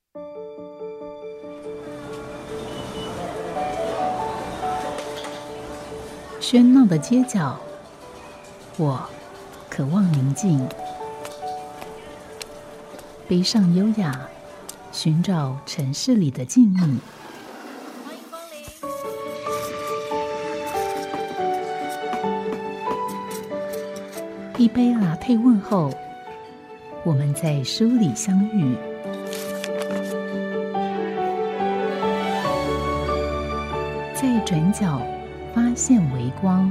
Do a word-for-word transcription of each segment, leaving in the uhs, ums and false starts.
喧闹的街角，我渴望宁静。背上优雅，寻找城市里的静谧。 欢迎光临。 一杯拿铁问候，我们在书里相遇。在转角发现微光。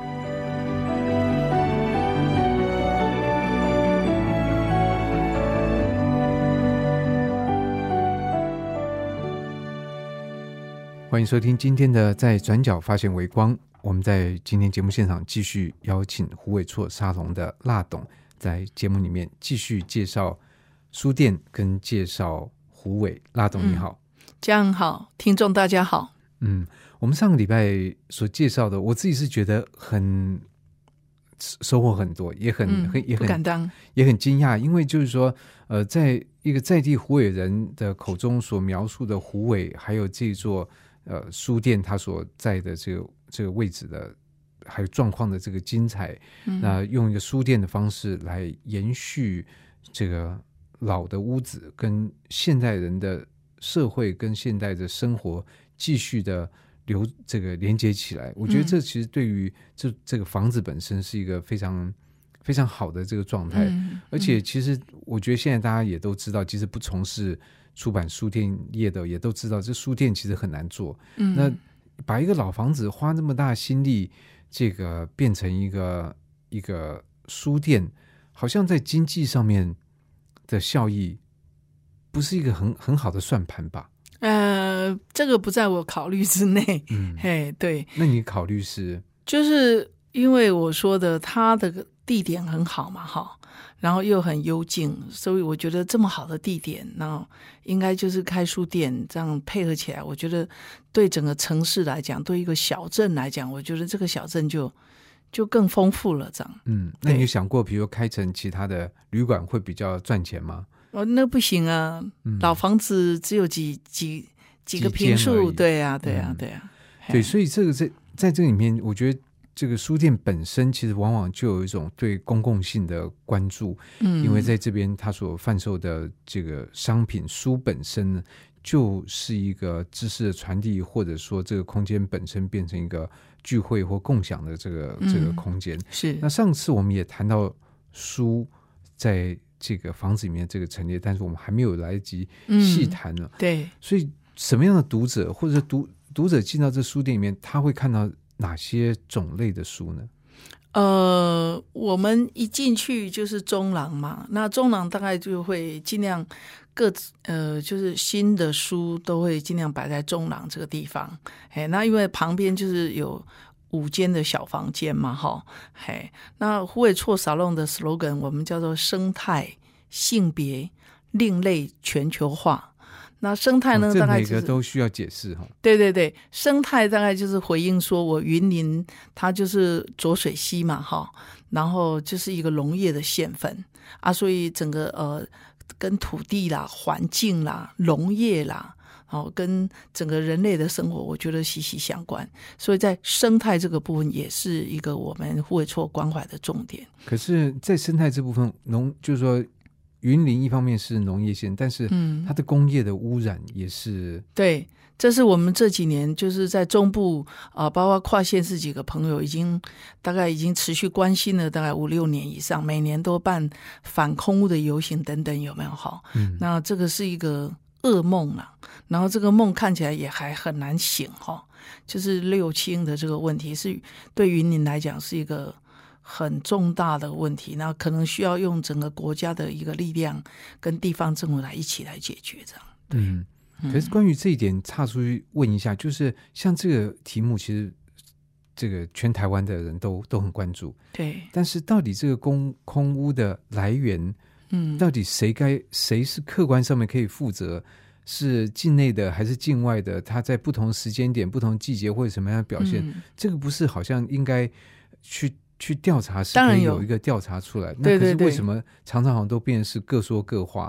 欢迎收听今天的在转角发现微光。我们在今天节目现场继续邀请胡伟绰沙龙的辣董，在节目里面继续介绍书店跟介绍胡伟。辣董你好。 嗯，这样好，听众大家好。 嗯，我们上个礼拜所介绍的，我自己是觉得很收获很多，也很、 嗯、 很也很不敢当， 也很惊讶，因为就是说，呃，在一个在地胡伟人的口中所描述的胡伟，还有这座呃书店它所在的这个这个位置的，还有状况的这个精彩，嗯、那用一个书店的方式来延续这个老的屋子跟现代人的社会跟现代的生活继续的留这个连接起来，我觉得这其实对于这这个房子本身是一个非常非常好的这个状态、嗯、而且其实我觉得现在大家也都知道，即使不从事出版书店业的也都知道，这书店其实很难做、嗯、那把一个老房子花那么大心力这个变成一个一个书店，好像在经济上面的效益不是一个很很好的算盘吧。 呃，这个不在我考虑之内。嗯，嘿，对。 那你考虑是？ 就是因为我说的，它的地点很好嘛，哈，然后又很幽静，所以我觉得这么好的地点，那应该就是开书店，这样配合起来，我觉得对整个城市来讲，对一个小镇来讲，我觉得这个小镇就就更丰富了，这样。 嗯，那你有想过，比如开成其他的旅馆会比较赚钱吗？ 哦，那不行啊、嗯、老房子只有几几几个坪数，对啊对啊、嗯、对啊对，所以这个在在这里面，我觉得这个书店本身其实往往就有一种对公共性的关注，嗯，因为在这边它所贩售的这个商品书本身呢，就是一个知识的传递，或者说这个空间本身变成一个聚会或共享的这个、嗯、这个空间。 是。 那上次我们也谈到书在这个房子里面这个陈列，但是我们还没有来得及细谈呢、 嗯、对， 所以什么样的读者或者读读者进到这书店里面，他会看到哪些种类的书呢？ 呃，我们一进去就是中廊嘛，那中廊大概就会尽量各呃，就是新的书都会尽量摆在中廊这个地方。哎，那因为旁边就是有五间的小房间嘛，哈，嘿，那胡伟绰沙龙的 slogan 我们叫做生态、性别、另类、全球化。那生态呢、哦、大概就是这每个都需要解释哈。 对对对，生态大概就是回应说我云林它就是浊水溪嘛，哈，然后就是一个农业的县份啊，所以整个呃跟土地啦、环境啦、农业啦，哦，跟整个人类的生活我觉得息息相关，所以在生态这个部分也是一个我们胡伟绰关怀的重点。 可是在生态这部分，农就是说云林一方面是农业县，但是它的工业的污染也是、嗯、 对，这是我们这几年就是在中部啊、呃，包括跨县市几个朋友已经大概已经持续关心了大概五六年以上，每年都办反空污的游行等等，有没有好、嗯、那这个是一个噩梦啦，然后这个梦看起来也还很难醒哈，就是六轻的这个问题是对云林来讲是一个很重大的问题，那可能需要用整个国家的一个力量跟地方政府来一起来解决这样。对， 嗯，可是关于这一点岔出去问一下，就是像这个题目其实这个全台湾的人都都很关注， 对， 但是到底这个空空污的来源，嗯，到底谁该谁是客观上面可以负责，是境内的还是境外的，他在不同时间点不同季节会什么样的表现、嗯、这个不是好像应该去去调查，是可以有一个调查出来，那可是为什么常常好像都变成是各说各话？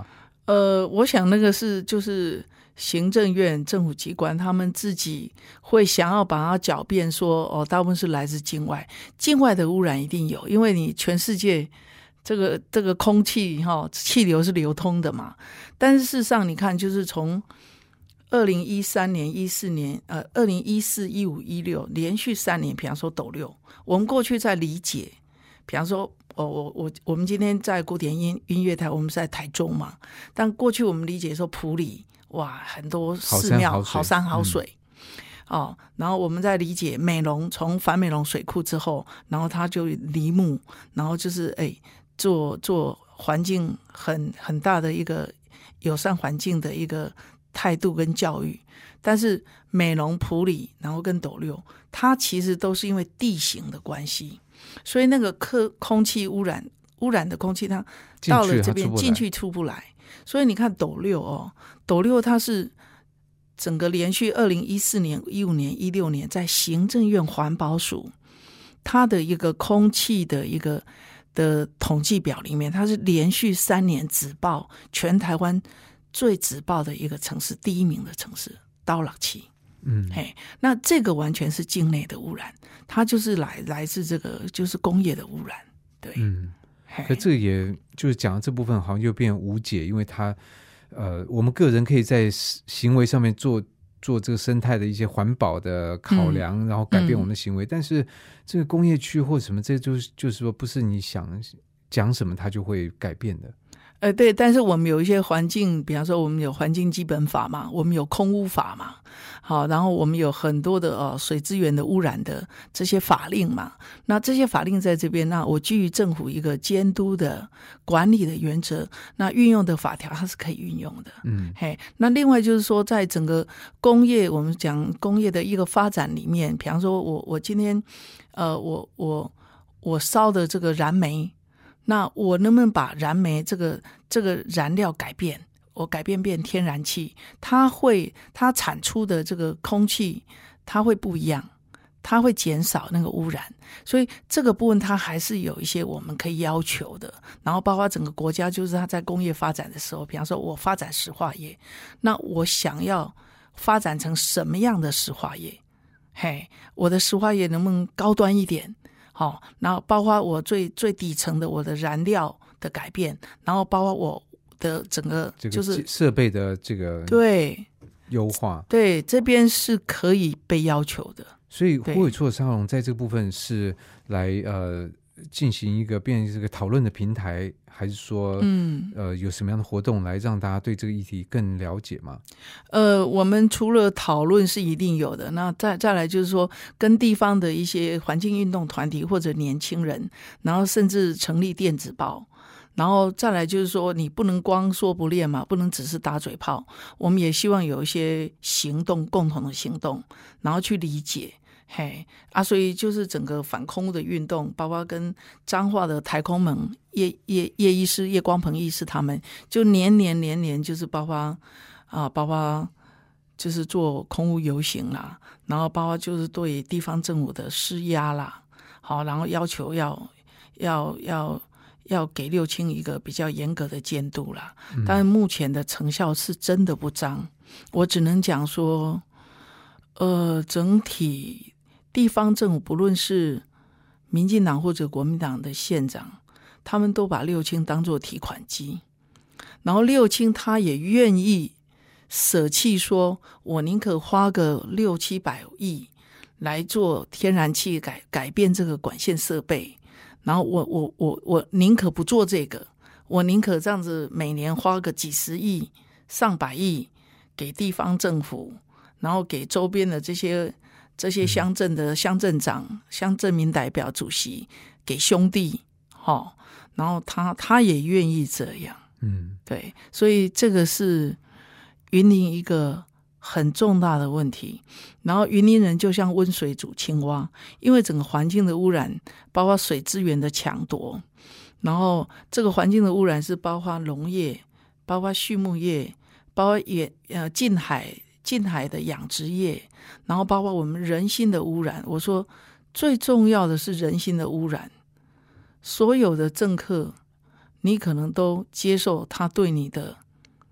呃，我想那个是就是行政院政府机关他们自己会想要把它狡辩说，哦，大部分是来自境外，境外的污染一定有，因为你全世界这个这个空气哈气流是流通的嘛。但是事实上你看，就是从二零一三年、一四年、呃，二零一四、一五、一六连续三年，比方说斗六，我们过去在理解，比方说。哦，我我我们今天在古典音音乐台，我们是在台中嘛。但过去我们理解说埔里，哇，很多寺庙，好山好水，嗯、哦。然后我们在理解美浓，从反美浓水库之后，然后他就离木，然后就是哎，做做环境很很大的一个友善环境的一个态度跟教育。但是美浓、埔里，然后跟斗六，它其实都是因为地形的关系。所以那个空空气污染污染的空气，它到了这边进去出不来。所以你看斗六哦，斗六它是整个连续二零一四年、一五年、一六年在行政院环保署它的一个空气的一个的统计表里面，它是连续三年只报全台湾最只报的一个城市，第一名的城市刀六市。嗯，嘿，那这个完全是境内的污染，它就是来来自这个就是工业的污染，对， 嗯，可这个也就是讲的这部分好像又变无解，因为它呃，我们个人可以在行为上面做做这个生态的一些环保的考量，嗯、然后改变我们的行为，嗯、但是这个工业区或什么，这就是就是说不是你想讲什么它就会改变的。 呃，对，但是我们有一些环境，比方说我们有环境基本法嘛，我们有空污法嘛，好，然后我们有很多的呃水资源的污染的这些法令嘛，那这些法令在这边，那我基于政府一个监督的管理的原则，那运用的法条它是可以运用的，嗯，嘿，那另外就是说，在整个工业，我们讲工业的一个发展里面，比方说我我今天呃我我我烧的这个燃煤。那我能不能把燃煤这个这个燃料改变，我改变变天然气，它会它产出的这个空气它会不一样，它会减少那个污染，所以这个部分它还是有一些我们可以要求的。然后包括整个国家，就是它在工业发展的时候，比方说我发展石化业，那我想要发展成什么样的石化业？嘿，我的石化业能不能高端一点？好，然后包括我最最底层的我的燃料的改变，然后包括我的整个就是设备的这个对优化， 对，这边是可以被要求的。 所以虎尾处的沙龙在这个部分是来呃进行一个变成这个讨论的平台，还是说嗯呃有什么样的活动来让大家对这个议题更了解吗？ 呃，我们除了讨论是一定有的，那再再来就是说跟地方的一些环境运动团体或者年轻人，然后甚至成立电子报，然后再来就是说你不能光说不练嘛，不能只是打嘴炮，我们也希望有一些行动，共同的行动，然后去理解。嘿啊，所以就是整个反空的运动，包括跟彰化的台空盟叶叶叶医师、叶光鹏医师他们，就年年年年就是包括啊，包括就是做空污游行啦，然后包括就是对地方政府的施压啦，好，然后要求要要要要给六轻一个比较严格的监督啦。嗯、但是目前的成效是真的不彰，我只能讲说，呃，整体。地方政府不论是民进党或者国民党的县长，他们都把六轻当作提款机，然后六轻他也愿意舍弃说我宁可花个六七百亿来做天然气改改变这个管线设备，然后我我我我宁可不做这个，我宁可这样子每年花个几十亿上百亿给地方政府，然后给周边的这些这些乡镇的乡镇长、乡镇民代表、主席给兄弟，哦，然后他他也愿意这样，嗯，对，所以这个是云林一个很重大的问题。然后云林人就像温水煮青蛙，因为整个环境的污染，包括水资源的抢夺，然后这个环境的污染是包括农业、包括畜牧业、包括也呃近海。近海的养殖业，然后包括我们人心的污染。我说最重要的是人心的污染，所有的政客你可能都接受他对你的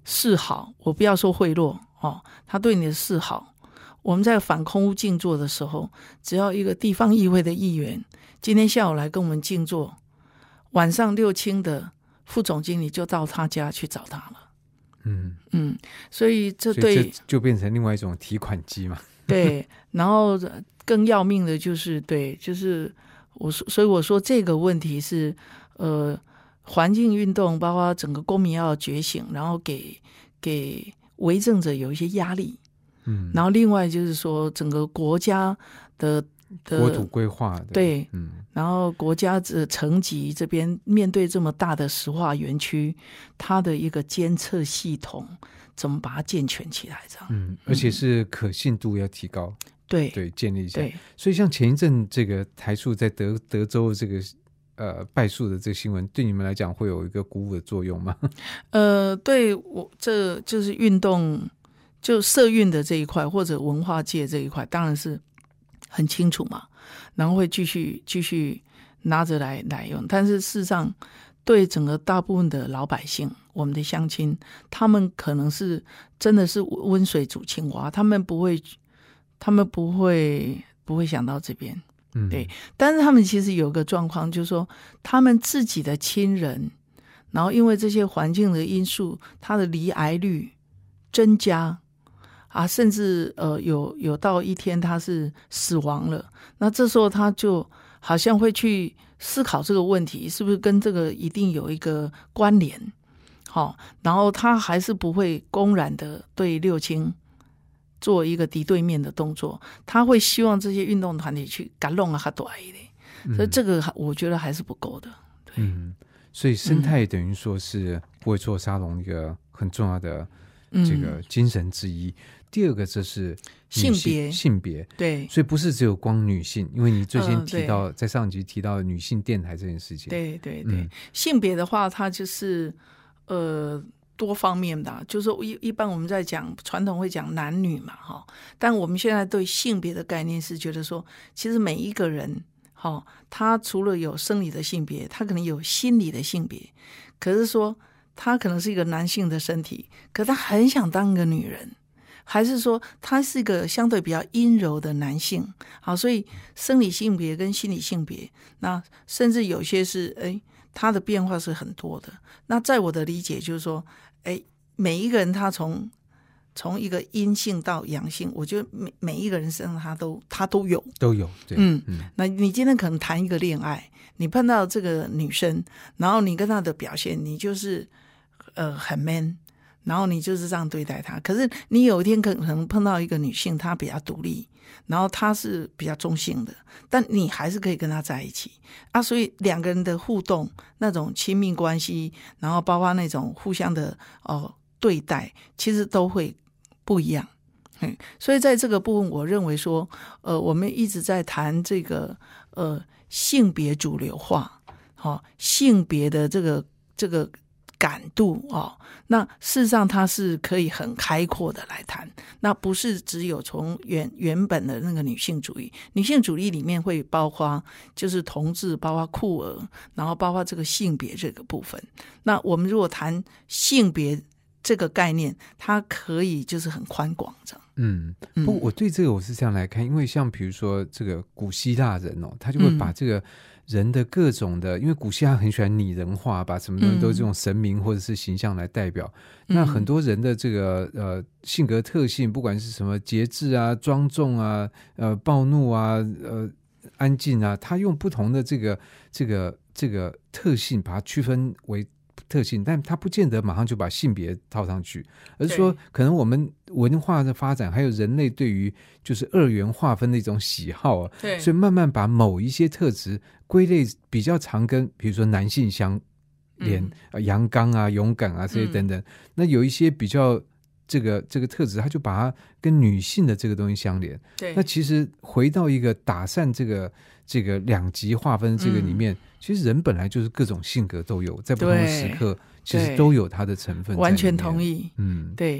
示好，我不要说贿赂哦，他对你的示好。我们在反空污静坐的时候，只要一个地方议会的议员今天下午来跟我们静坐，晚上六轻的副总经理就到他家去找他了。 嗯嗯，所以这对所以这就变成另外一种提款机嘛。 对，然后更要命的就是对，就是我说，所以我说这个问题是呃，环境运动包括整个公民要觉醒，然后给给为政者有一些压力。 嗯， 然后另外就是说整个国家的的国土规划的， 对， 嗯， 然后国家的层级这边面对这么大的石化园区，它的一个监测系统怎么把它健全起来，这样， 嗯，而且是可信度要提高， 对对，建立一下。 对， 所以像前一阵这个台塑在德德州这个呃败诉的这个新闻，对你们来讲会有一个鼓舞的作用吗？ 呃，对我这就是运动。就社运的这一块或者文化界这一块当然是很清楚嘛，然后会继续继续拿着来来用，但是事实上对整个大部分的老百姓，我们的乡亲，他们可能是真的是温水煮青蛙，他们不会他们不会不会想到这边， 嗯， 对，但是他们其实有个状况，就是说他们自己的亲人，然后因为这些环境的因素，他的罹癌率增加啊，甚至呃有有到一天他是死亡了，那这时候他就好像会去思考这个问题是不是跟这个一定有一个关联，好、哦，然后他还是不会公然的对六轻做一个敌对面的动作，他会希望这些运动团体去敢弄啊他多一点，所以这个我觉得还是不够的。对， 嗯，所以生态等于说是不会做沙龙一个很重要的这个精神之一。嗯，第二个这是性别， 性别对， 所以不是只有光女性，因为你最先提到、 呃、 在上集提到女性电台这件事情。 对对对、 嗯， 性别的话，它就是呃多方面的，就是一一般我们在讲传统会讲男女嘛，哈，但我们现在对性别的概念是觉得说，其实每一个人，哈，他除了有生理的性别，他可能有心理的性别，可是说他可能是一个男性的身体，可他很想当一个女人。还是说他是一个相对比较阴柔的男性，好，所以生理性别跟心理性别，那甚至有些是哎，他的变化是很多的。那在我的理解就是说，哎，每一个人他从从一个阴性到阳性，我觉得每每一个人身上他都他都有都有，对， 嗯嗯。那你今天可能谈一个恋爱，你碰到这个女生，然后你跟她的表现，你就是呃很 man。然后你就是这样对待她，可是你有一天可能碰到一个女性，她比较独立，然后她是比较中性的，但你还是可以跟她在一起啊。所以两个人的互动，那种亲密关系，然后包括那种互相的哦对待，其实都会不一样。嗯，所以在这个部分，我认为说，呃，我们一直在谈这个呃性别主流化，好、哦，性别的这个这个。感度哦，那事实上它是可以很开阔的来谈，那不是只有从原原本的那个女性主义，女性主义里面会包括就是同志，包括酷儿，然后包括这个性别这个部分。那我们如果谈性别这个概念，它可以就是很宽广这样。 嗯，不过我对这个我是这样来看，因为像比如说这个古希腊人哦，他就会把这个人的各种的，因为古希腊很喜欢拟人化，把什么东西都是这种神明或者是形象来代表。嗯、那很多人的这个呃性格特性，不管是什么节制啊、庄重啊、呃暴怒啊、呃安静啊，他用不同的这个这个这个特性把它区分为特性，但它不见得马上就把性别套上去，而是说可能我们文化的发展还有人类对于就是二元划分的一种喜好啊， 对， 所以慢慢把某一些特质归类比较常跟比如说男性相连，嗯、阳刚啊、勇敢啊这些等等，嗯、那有一些比较这个这个特质，他就把它跟女性的这个东西相连。 对， 那其实回到一个打散这个这个两极划分这个里面。嗯，其实人本来就是各种性格都有，在不同的时刻其实都有它的成分在里面。 完全同意。 嗯， 对，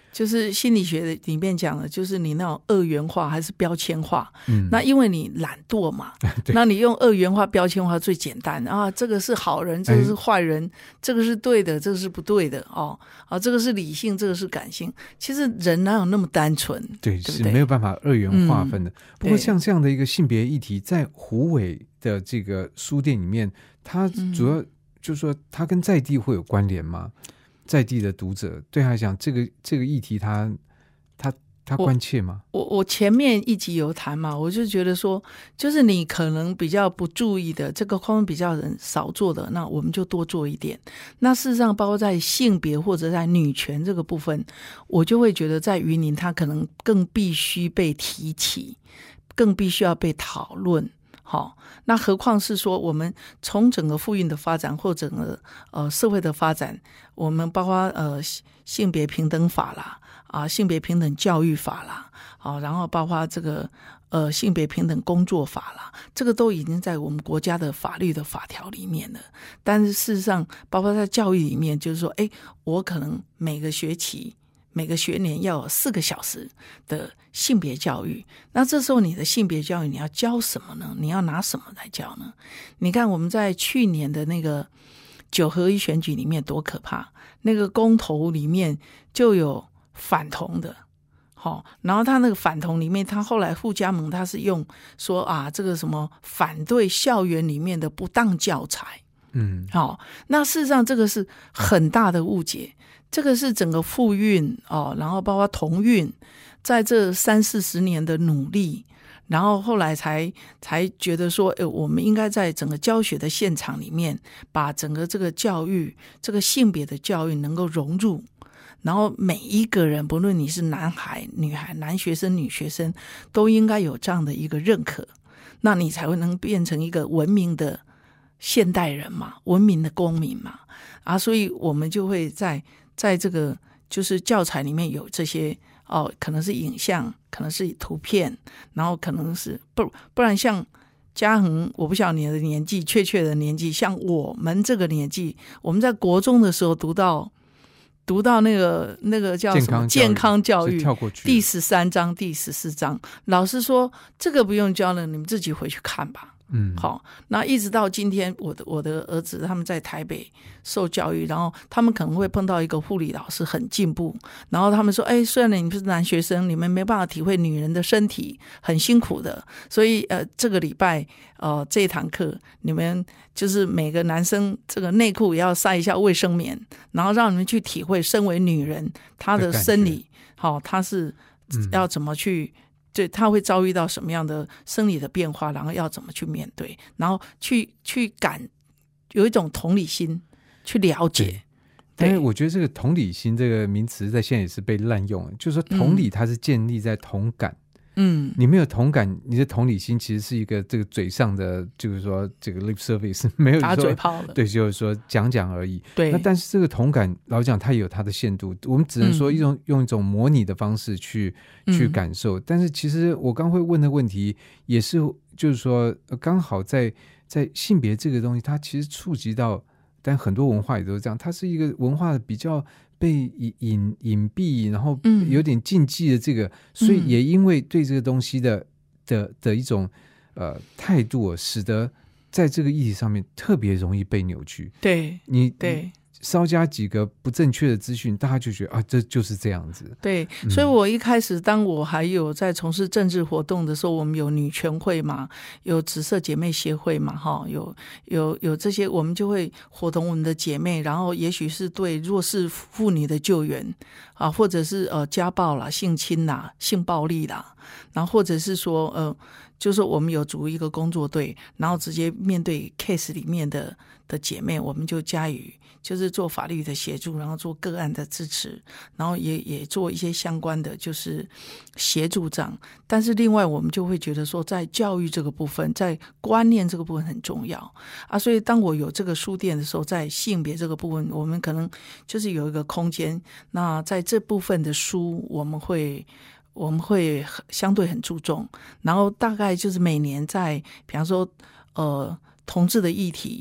就是心理学里面讲的，就是你那种二元化还是标签化。 嗯， 那因为你懒惰嘛，那你用二元化标签化最简单啊，这个是好人，这个是坏人，哎、这个是对的，这个是不对的哦，啊，这个是理性，这个是感性。其实人哪有那么单纯？ 对， 对不对？ 是没有办法二元划分的。嗯、不过像这样的一个性别议题，在虎尾的这个书店里面，它主要就是说，它跟在地会有关联吗？在地的读者对他来讲，这个这个议题他他他关切吗？ 我我我前面一集有谈嘛，我就觉得说，就是你可能比较不注意的，这个空比较人少做的，那我们就多做一点。那事实上，包括在性别或者在女权这个部分，我就会觉得在云林，它可能更必须被提起，更必须要被讨论。好，那何况是说我们从整个妇运的发展或整个呃社会的发展，我们包括呃性别平等法啦，啊性别平等教育法啦，啊然后包括这个呃性别平等工作法啦，这个都已经在我们国家的法律的法条里面了。但是事实上，包括在教育里面，就是说，哎，我可能每个学期。每个学年要有四个小时的性别教育，那这时候你的性别教育你要教什么呢？你要拿什么来教呢？你看我们在去年的那个九合一选举里面多可怕，那个公投里面就有反同的，好，然后他那个反同里面，他后来傅家盟他是用说啊，这个什么反对校园里面的不当教材， 嗯， 好，那事实上这个是很大的误解。这个是整个妇运哦，然后包括同运，在这三四十年的努力，然后后来才才觉得说，诶，我们应该在整个教学的现场里面，把整个这个教育，这个性别的教育能够融入，然后每一个人，不论你是男孩、女孩、男学生、女学生，都应该有这样的一个认可，那你才会能变成一个文明的现代人嘛，文明的公民嘛，啊，所以我们就会在。在这个就是教材里面有这些哦，可能是影像，可能是图片，然后可能是不不然像嘉恒，我不晓得你的年纪确切的年纪，像我们这个年纪，我们在国中的时候读到读到那个那个叫什么健康教育， 跳过去第十三章、第十四章，老师说这个不用教了，你们自己回去看吧。 嗯， 好，那一直到今天，我的我的儿子他们在台北受教育，然后他们可能会碰到一个护理老师很进步，然后他们说，哎，虽然你们是男学生，你们没办法体会女人的身体很辛苦的，所以呃，这个礼拜呃这一堂课，你们就是每个男生这个内裤也要塞一下卫生棉，然后让你们去体会身为女人她的生理，好，她是要怎么去。嗯对，他会遭遇到什么样的生理的变化，然后要怎么去面对，然后去去感有一种同理心去了解。 但是我觉得这个同理心这个名词在现在也是被滥用，就是说同理它是建立在同感。嗯，你没有同感，你的同理心其实是一个这个嘴上的，就是说这个 lip service 没有打嘴炮了， 对，就是说讲讲而已。 对， 那但是这个同感，老讲它也有它的限度，我们只能说一种、嗯、用一种模拟的方式去去感受。嗯、但是其实我刚会问的问题也是，就是说刚好在在性别这个东西，它其实触及到，但很多文化也都是这样，它是一个文化比较。被隐隐蔽，然后有点禁忌的这个，嗯、所以也因为对这个东西的的的一种呃态度，使得在这个议题上面特别容易被扭曲。 对， 你对稍加几个不正确的资讯，大家就觉得啊，这就是这样子。 对，所以我一开始当我还有在从事政治活动的时候，我们有女权会嘛，有紫色姐妹协会嘛，哈，有有有这些，我们就会伙同我们的姐妹，然后也许是对弱势妇女的救援啊，或者是呃家暴啦、性侵啦、性暴力啦，然后或者是说呃。就是我们有组一个工作队，然后直接面对 case 里面的的姐妹，我们就加以就是做法律的协助，然后做个案的支持，然后也也做一些相关的就是协助这样。但是另外我们就会觉得说，在教育这个部分，在观念这个部分很重要啊。所以当我有这个书店的时候，在性别这个部分，我们可能就是有一个空间。那在这部分的书，我们会。我们会相对很注重，然后大概就是每年在比方说呃同志的议题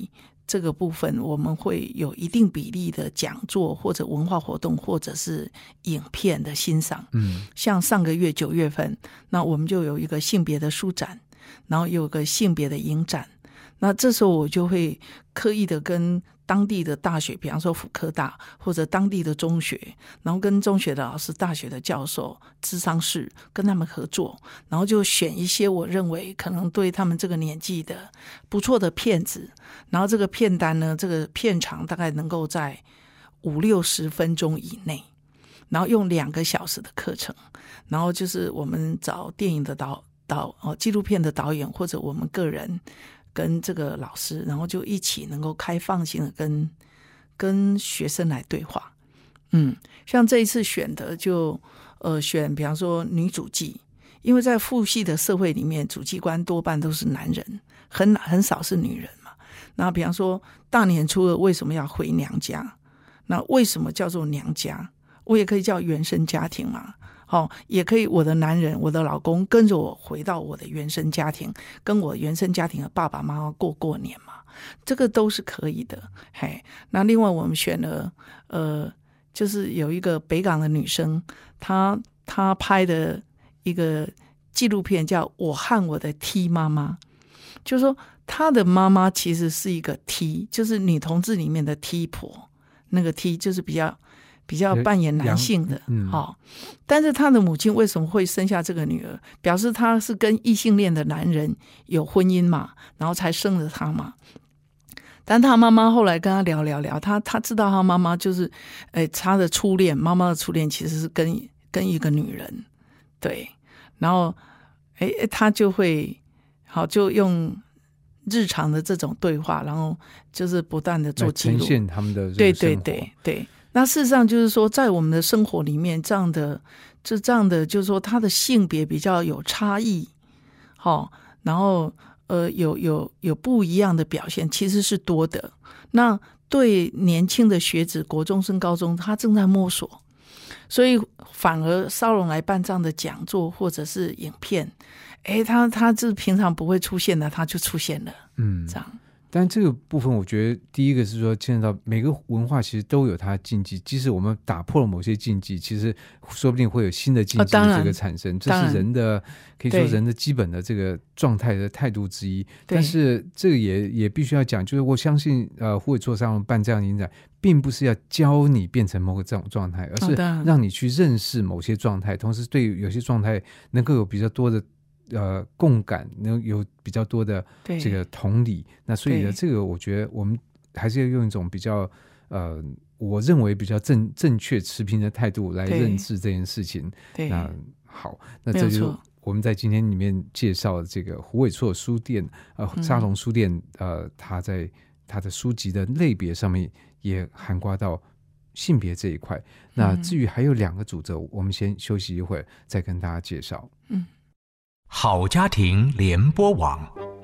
这个部分我们会有一定比例的讲座或者文化活动或者是影片的欣赏。 嗯， 像上个月九月份，那我们就有一个性别的书展，然后有个性别的影展。那这时候我就会刻意的跟当地的大学，比方说辅科大或者当地的中学，然后跟中学的老师、大学的教授、諮商室跟他们合作，然后就选一些我认为可能对他们这个年纪的不错的片子，然后这个片单呢，这个片长大概能够在五六十分钟以内，然后用两个小时的课程，然后就是我们找电影的导导哦纪录片的导演或者我们个人跟这个老师，然后就一起能够开放性的跟跟学生来对话。嗯，像这一次选的就呃选比方说女主祭，因为在父系的社会里面，主祭官多半都是男人，很很少是女人嘛。然后比方说大年初二为什么要回娘家？那为什么叫做娘家？我也可以叫原生家庭嘛。哦，也可以我的男人我的老公跟着我回到我的原生家庭，跟我原生家庭的爸爸妈妈过过年嘛，这个都是可以的。嘿，那另外我们选了呃，就是有一个北港的女生，她她拍的一个纪录片叫《我和我的 T 妈妈》，就是说她的妈妈其实是一个 T， 就是女同志里面的 T 婆，那个 T 就是比较比较扮演男性的，嗯哦，但是他的母亲为什么会生下这个女儿？表示他是跟异性恋的男人有婚姻嘛，然后才生了他嘛。但他妈妈后来跟他聊聊聊，他他知道他妈妈就是，哎，他的初恋，妈妈的初恋其实是跟跟一个女人，对，然后，哎，他就会好就用日常的这种对话，然后就是不断的做记录， 呈现他们的对对对对。那事实上就是说在我们的生活里面这样的就这样的就是说他的性别比较有差异，哦，然后呃有有有不一样的表现其实是多的。那对年轻的学子国中生高中他正在摸索，所以反而沙龙来办这样的讲座或者是影片，诶他他这平常不会出现的他就出现了，嗯，这样。 但这个部分我觉得第一个是说牵扯到每个文化其实都有它的禁忌，即使我们打破了某些禁忌，其实说不定会有新的禁忌的这个产生，哦，这是人的可以说人的基本的这个状态的态度之一。但是这个也也必须要讲，就是我相信呃胡伟错上办这样的影展并不是要教你变成某个这种状态，而是让你去认识某些状态，同时对有些状态能够有比较多的呃，共感，能有比较多的这个同理。那所以呢，这个我觉得我们还是要用一种比较呃，我认为比较正正确持平的态度来认知这件事情。那好，那这就是我们在今天里面介绍的这个胡伟错书店呃沙龙书店呃，他在他的书籍的类别上面也涵盖到性别这一块。那至于还有两个主轴，我们先休息一会儿，再跟大家介绍。嗯。 好家庭联播网，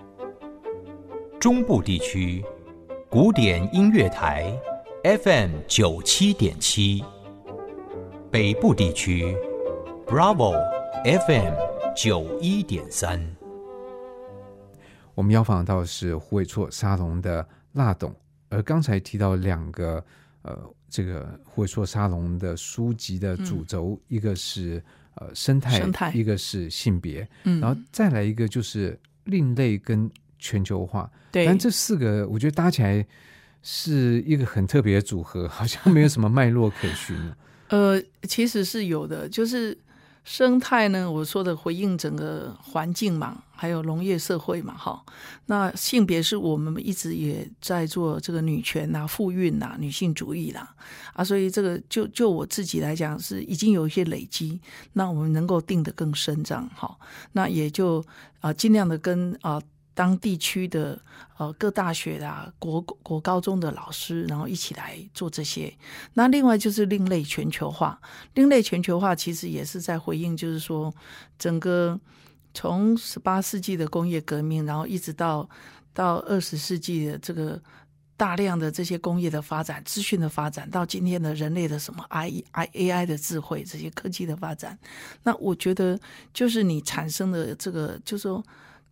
中部地区古典音乐台 F M 九七点七，北部地区 Bravo F M 九一点三。 我们邀访到的是胡伟错沙龙的辣董，而刚才提到两个呃，这个胡伟错沙龙的书籍的主轴，嗯，一个是呃，生态, 生态一个是性别，嗯，然后再来一个就是另类跟全球化。对，但这四个我觉得搭起来是一个很特别的组合，好像没有什么脉络可循。 呃，其实是有的，就是生态呢，我说的回应整个环境嘛，还有农业社会嘛，哈。那性别是我们一直也在做这个女权啊、妇运啊、女性主义啦，啊，所以这个就就我自己来讲是已经有一些累积，那我们能够定得更深这样，哈。那也就啊、呃、尽量的跟啊。呃当地区的呃各大学啊国国高中的老师，然后一起来做这些。那另外就是另类全球化，另类全球化其实也是在回应，就是说整个从十八世纪的工业革命，然后一直到到二十世纪的这个大量的这些工业的发展、资讯的发展，到今天的人类的什么 I I A I 的智慧，这些科技的发展，那我觉得就是你产生的这个，就是说。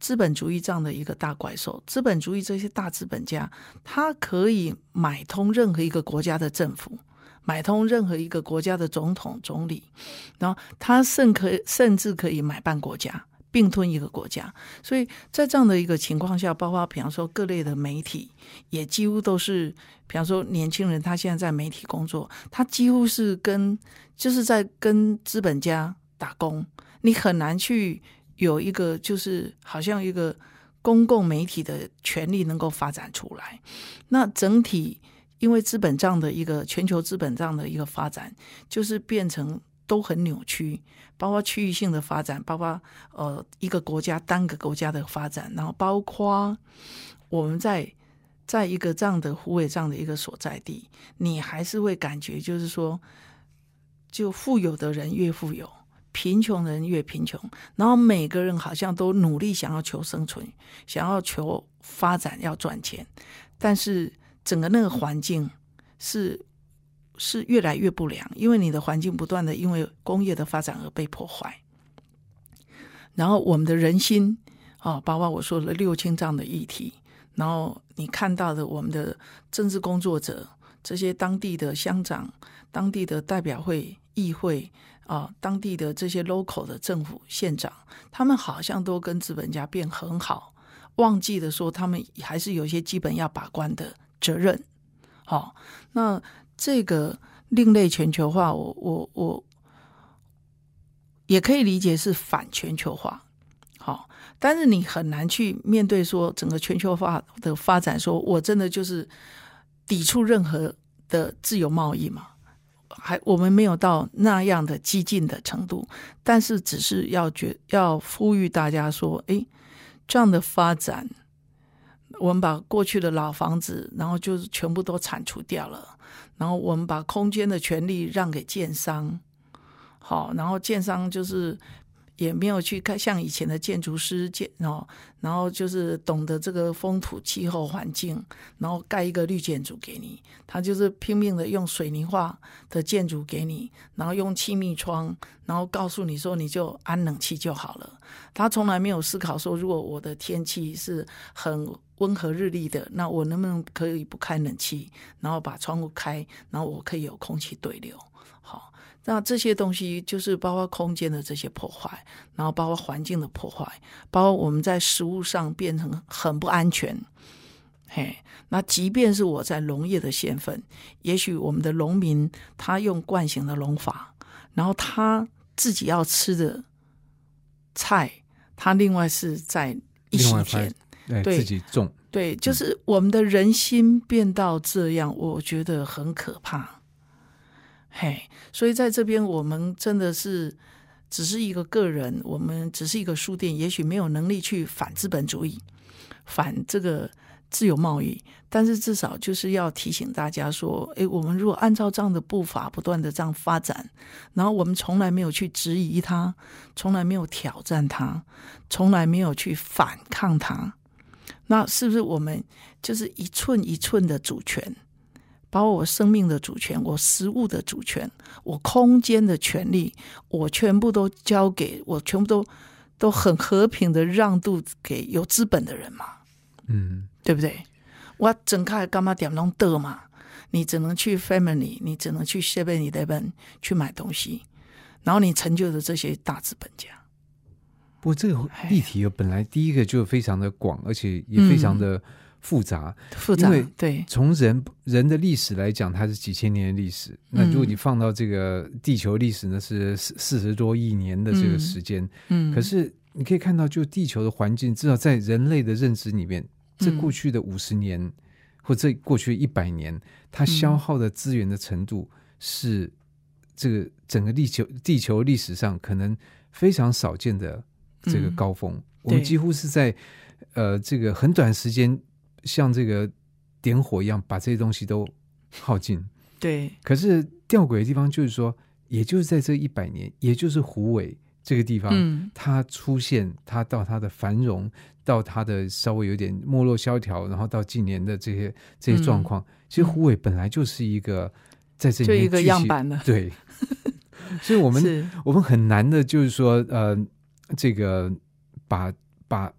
资本主义这样的一个大怪兽，资本主义这些大资本家，他可以买通任何一个国家的政府，买通任何一个国家的总统总理，然后他甚可甚至可以买办国家，并吞一个国家。所以在这样的一个情况下，包括比方说各类的媒体也几乎都是，比方说年轻人他现在在媒体工作，他几乎是跟就是在跟资本家打工，你很难去有一个就是好像一个公共媒体的权利能够发展出来。那整体因为资本这样的一个全球资本这样的一个发展，就是变成都很扭曲，包括区域性的发展，包括呃一个国家单个国家的发展，然后包括我们在在一个这样的虎尾这样的一个所在地，你还是会感觉就是说，就富有的人越富有，贫穷的人越贫穷，然后每个人好像都努力想要求生存，想要求发展，要赚钱，但是整个那个环境是是越来越不良，因为你的环境不断的因为工业的发展而被破坏，然后我们的人心哦，包括我说的六轻这样的议题，然后你看到的我们的政治工作者，这些当地的乡长、当地的代表会、议会啊，当地的这些 local 的政府县长，他们好像都跟资本家变很好，忘记了说他们还是有一些基本要把关的责任。好、哦，那这个另类全球化，我我我也可以理解是反全球化。好、哦，但是你很难去面对说整个全球化的发展，说我真的就是抵触任何的自由贸易嘛？还我们没有到那样的激进的程度，但是只是要觉要呼吁大家说，诶，这样的发展，我们把过去的老房子，然后就是全部都铲除掉了，然后我们把空间的权利让给建商，好，然后建商就是也没有去看像以前的建筑师建，然后然后就是懂得这个风土气候环境，然后盖一个绿建筑给你，他就是拼命的用水泥化的建筑给你，然后用气密窗，然后告诉你说你就安冷气就好了。他从来没有思考说，如果我的天气是很温和日丽的，那我能不能可以不开冷气，然后把窗户开，然后我可以有空气对流。好，那这些东西就是包括空间的这些破坏，然后包括环境的破坏，包括我们在食物上变成很不安全。嘿，那即便是我在农业的县份，也许我们的农民他用惯性的农法，然后他自己要吃的菜，他另外是在一席田， 对，自己种。 对，就是我们的人心变到这样，我觉得很可怕。嘿，所以在这边我们真的是只是一个个人，我们只是一个书店，也许没有能力去反资本主义，反这个自由贸易，但是至少就是要提醒大家说，诶，我们如果按照这样的步伐不断的这样发展，然后我们从来没有去质疑它，从来没有挑战它，从来没有去反抗它，那是不是我们就是一寸一寸的主权，包括我生命的主权，我食物的主权，我空间的权利，我全部都交给我全部都都很和平的让渡给有资本的人嘛？ 嗯， 对不对？我整开干嘛点弄得嘛？你只能去 Family， 你只能去 seven eleven 去买东西，然后你成就的这些大资本家。 不过这个议题本来第一个就非常的广，而且也非常的复杂。 嗯、复杂， 因为对， 从人人的历史来讲，它是几千年的历史。那如果你放到这个地球历史呢，是四十多亿年的这个时间。嗯，可是你可以看到，就地球的环境，至少在人类的认知里面，这过去的五十年、嗯、或这过去一百年，它消耗的资源的程度是这个整个地球地球历史上可能非常少见的这个高峰。嗯、我们几乎是在呃这个很短时间，像这个点火一样，把这些东西都耗尽。 对。 可是吊诡的地方就是说，也就是在这一百年，也就是虎尾这个地方、嗯、它出现，它到它的繁荣，到它的稍微有点没落萧条，然后到近年的这些这些状况、嗯、其实虎尾本来就是一个在这里面就一个样板了。 对。所以我们我们很难的就是说呃这个把把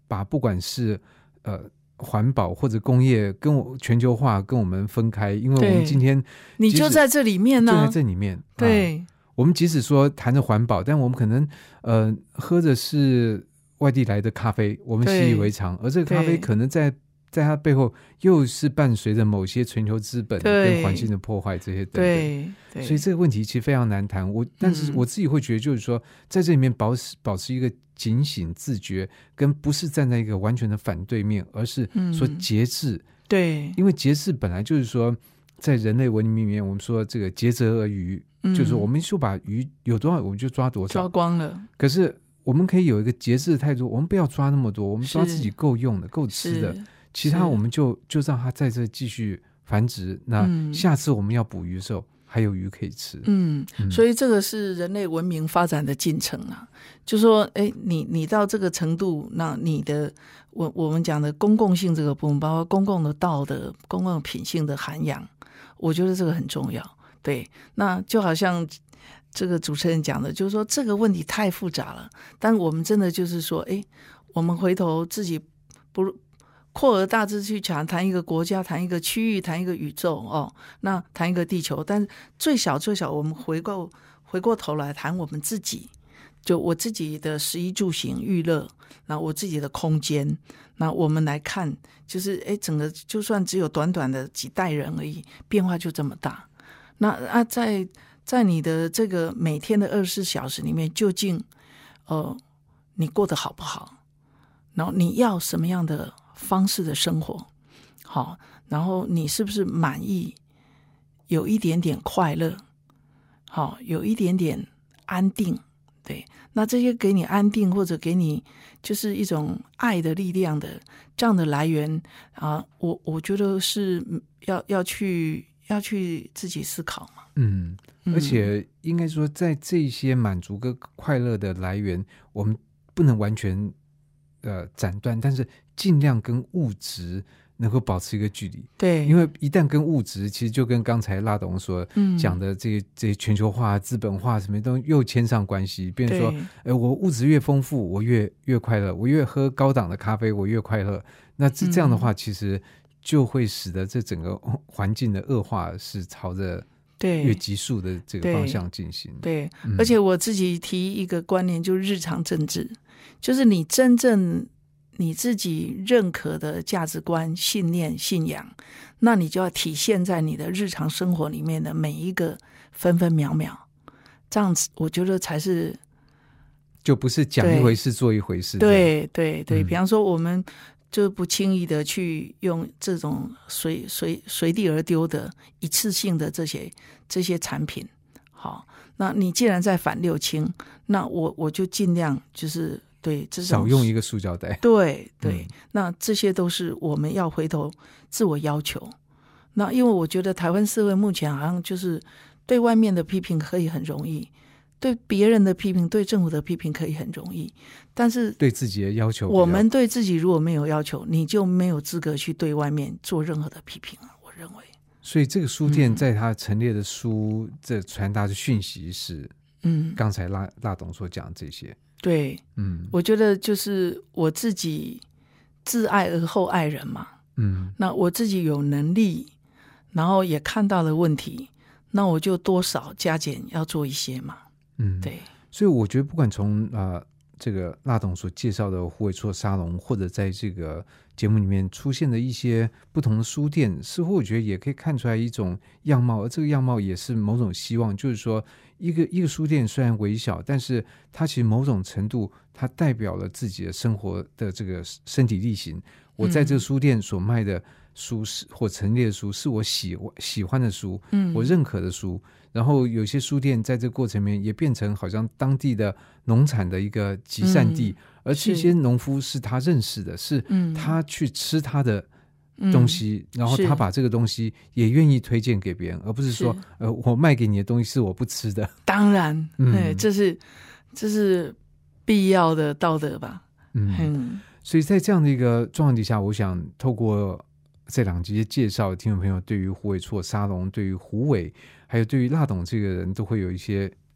把不管是呃环保或者工业跟我全球化跟我们分开，因为我们今天你就在这里面呢、啊， 就在这里面。 对、 啊，我们即使说谈着环保，但我们可能呃喝的是外地来的咖啡，我们习以为常，而这个咖啡可能在在它背后又是伴随着某些全球资本跟环境的破坏这些等等， 对对， 所以这个问题其实非常难谈。我但是我自己会觉得，就是说、嗯、在这里面保持保持一个警醒自觉，跟不是站在一个完全的反对面，而是说节制、嗯、 对， 因为节制本来就是说在人类文明里面我们说这个竭泽而渔、嗯、就是我们就把鱼有多少我们就抓多少， 抓光了，可是我们可以有一个节制的态度，我们不要抓那么多，我们抓自己够用的够吃的，其他我们就就让它在这继续繁殖，那下次我们要捕鱼的时候、嗯、还有鱼可以吃。 嗯，所以这个是人类文明发展的进程啊，就说哎，你你到这个程度，那你的我我们讲的公共性这个部分，包括公共的道德、公共品性的涵养，我觉得这个很重要。对，那就好像这个主持人讲的，就是说这个问题太复杂了，但我们真的就是说，哎，我们回头自己不扩而大之去谈谈一个国家，谈一个区域，谈一个宇宙哦，那谈一个地球，但最小最小，我们回过回过头来谈我们自己，就我自己的食衣住行娱乐，那我自己的空间，那我们来看，就是哎，整个就算只有短短的几代人而已，变化就这么大。那啊，在在你的这个每天的二十四小时里面，究竟呃你过得好不好？然后你要什么样的方式的生活，好，然后你是不是满意，有一点点快乐，好，有一点点安定，对，那这些给你安定或者给你就是一种爱的力量的这样的来源啊，我我觉得是要要去要去自己思考嘛。 嗯，而且应该说在这些满足跟快乐的来源，我们不能完全呃斩断，但是尽量跟物质能够保持一个距离。 对， 因为一旦跟物质，其实就跟刚才辣董所讲的这些、嗯、这些全球化、资本化什么都又牵上关系。比如说，呃，我物质越丰富，我越越快乐；我越喝高档的咖啡，我越快乐。那这这样的话，其实就会使得这整个环境的恶化是朝着对越急速的这个方向进行。 对，对嗯、而且我自己提一个观念，就是日常政治，就是你真正你自己认可的价值观、信念、信仰，那你就要体现在你的日常生活里面的每一个分分秒秒，这样子我觉得才是， 就不是讲一回事做一回事。 对对对、嗯，比方说我们就不轻易的去用这种随随随地而丢的一次性的这些这些产品。好，那你既然在反六轻，那我我就尽量就是对这种少用一个塑胶袋。 对对、嗯，那这些都是我们要回头自我要求。那因为我觉得台湾社会目前好像就是对外面的批评可以很容易，对别人的批评、对政府的批评可以很容易，但是对自己的要求， 我们对自己如果没有要求，你就没有资格去对外面做任何的批评了。我认为， 所以这个书店在它陈列的书，嗯、这传达的讯息是，嗯，刚才辣辣董所讲的这些。 对，嗯，我觉得就是我自己自爱而后爱人嘛，嗯，那我自己有能力，然后也看到了问题，那我就多少加减要做一些嘛。嗯，对， 所以我觉得不管从啊、呃、这个辣董所介绍的虎尾厝沙龙，或者在这个节目里面出现的一些不同的书店，似乎我觉得也可以看出来一种样貌，而这个样貌也是某种希望，就是说一个一个书店虽然微小，但是它其实某种程度它代表了自己的生活的这个身体力行。我在这个书店所卖的书是或陈列的书是我喜喜欢的书，嗯，我认可的书。然后有些书店在这个过程里面也变成好像当地的农产的一个集散地，嗯、而这些农夫是他认识的，是他去吃他的东西，嗯、然后他把这个东西也愿意推荐给别人，而不是说是呃我卖给你的东西是我不吃的。 当然，嗯，这是这是必要的道德吧。嗯，嗯所以在这样的一个状况底下，我想透过这两集介绍，听众朋友对于虎尾厝沙龙、对于虎尾还有对于辣董这个人都会有一些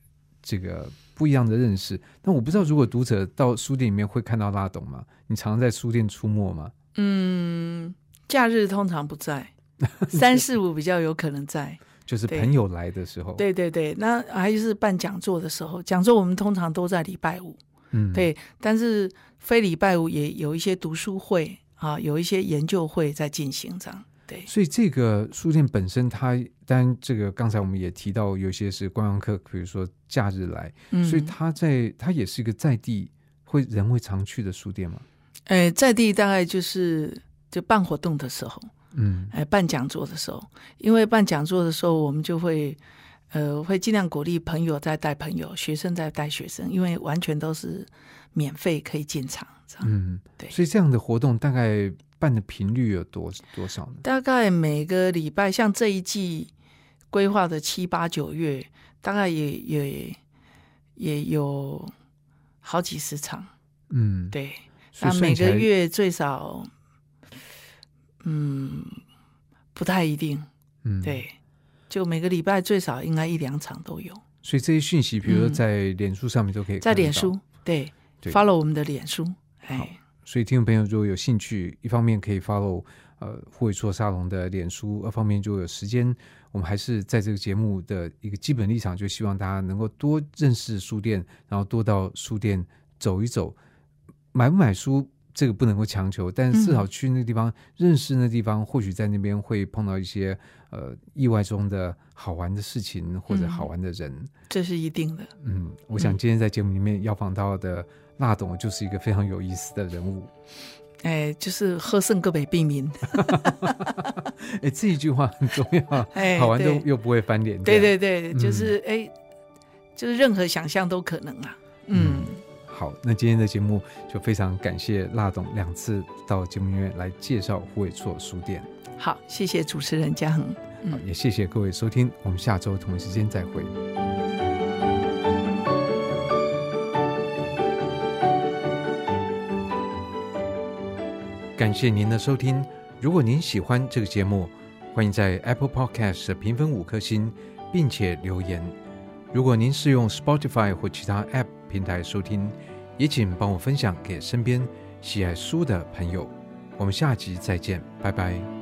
这个不一样的认识。但我不知道，如果读者到书店里面会看到拉董吗？你常常在书店出没吗？ 嗯，假日通常不在，三四五比较有可能在。 就是朋友来的时候。 对对对，那还是办讲座的时候，讲座我们通常都在礼拜五。嗯，对，但是非礼拜五也有一些读书会啊，有一些研究会在进行这样。对， 所以这个书店本身它，当然这个刚才我们也提到，有些是观光客，比如说假日来，嗯、所以它在它也是一个在地会人会常去的书店嘛。 呃，在地大概就是就办活动的时候。 嗯， 哎，办讲座的时候，因为办讲座的时候，我们就会，呃，会尽量鼓励朋友在带朋友，学生在带学生，因为完全都是免费可以进场，这样。 嗯， 对。 所以这样的活动大概办的频率有多多少呢？ 大概每个礼拜，像这一季规划的七八九月，大概也也也有好几十场。 嗯， 对。那每个月最少。嗯，不太一定。嗯，对，就每个礼拜最少应该一两场都有。 所以这些讯息，比如说在脸书上面都可以看到。 在脸书，对，对 ，follow 我们的脸书。 好，所以听众朋友如果有兴趣，一方面可以 follow 呃胡伟硕沙龙的脸书，二方面就有时间，我们还是在这个节目的一个基本立场，就希望大家能够多认识书店，然后多到书店走一走，买不买书。这个不能够强求，但至少去那个地方、嗯、认识那地方，或许在那边会碰到一些呃意外中的好玩的事情或者好玩的人、嗯、 这是一定的。 嗯，我想今天在节目里面邀访到的辣董就是一个非常有意思的人物。 哎，就是喝胜各北避民。 哎，这一句话很重要。哎，好玩都又不会翻脸。 对对对，就是哎、嗯，就是任何想象都可能啊。嗯。嗯好，那今天的节目就非常感谢辣董两次到节目里面来介绍胡伟硕书店。 好，谢谢主持人嘉恒、 嗯、也谢谢各位收听，我们下周同一时间再会。感谢您的收听，如果您喜欢这个节目，欢迎在 Apple Podcast 评分五颗星并且留言。如果您是用 Spotify 或其他 App 平台收听，也请帮我分享给身边喜爱书的朋友。我们下集再见，拜拜。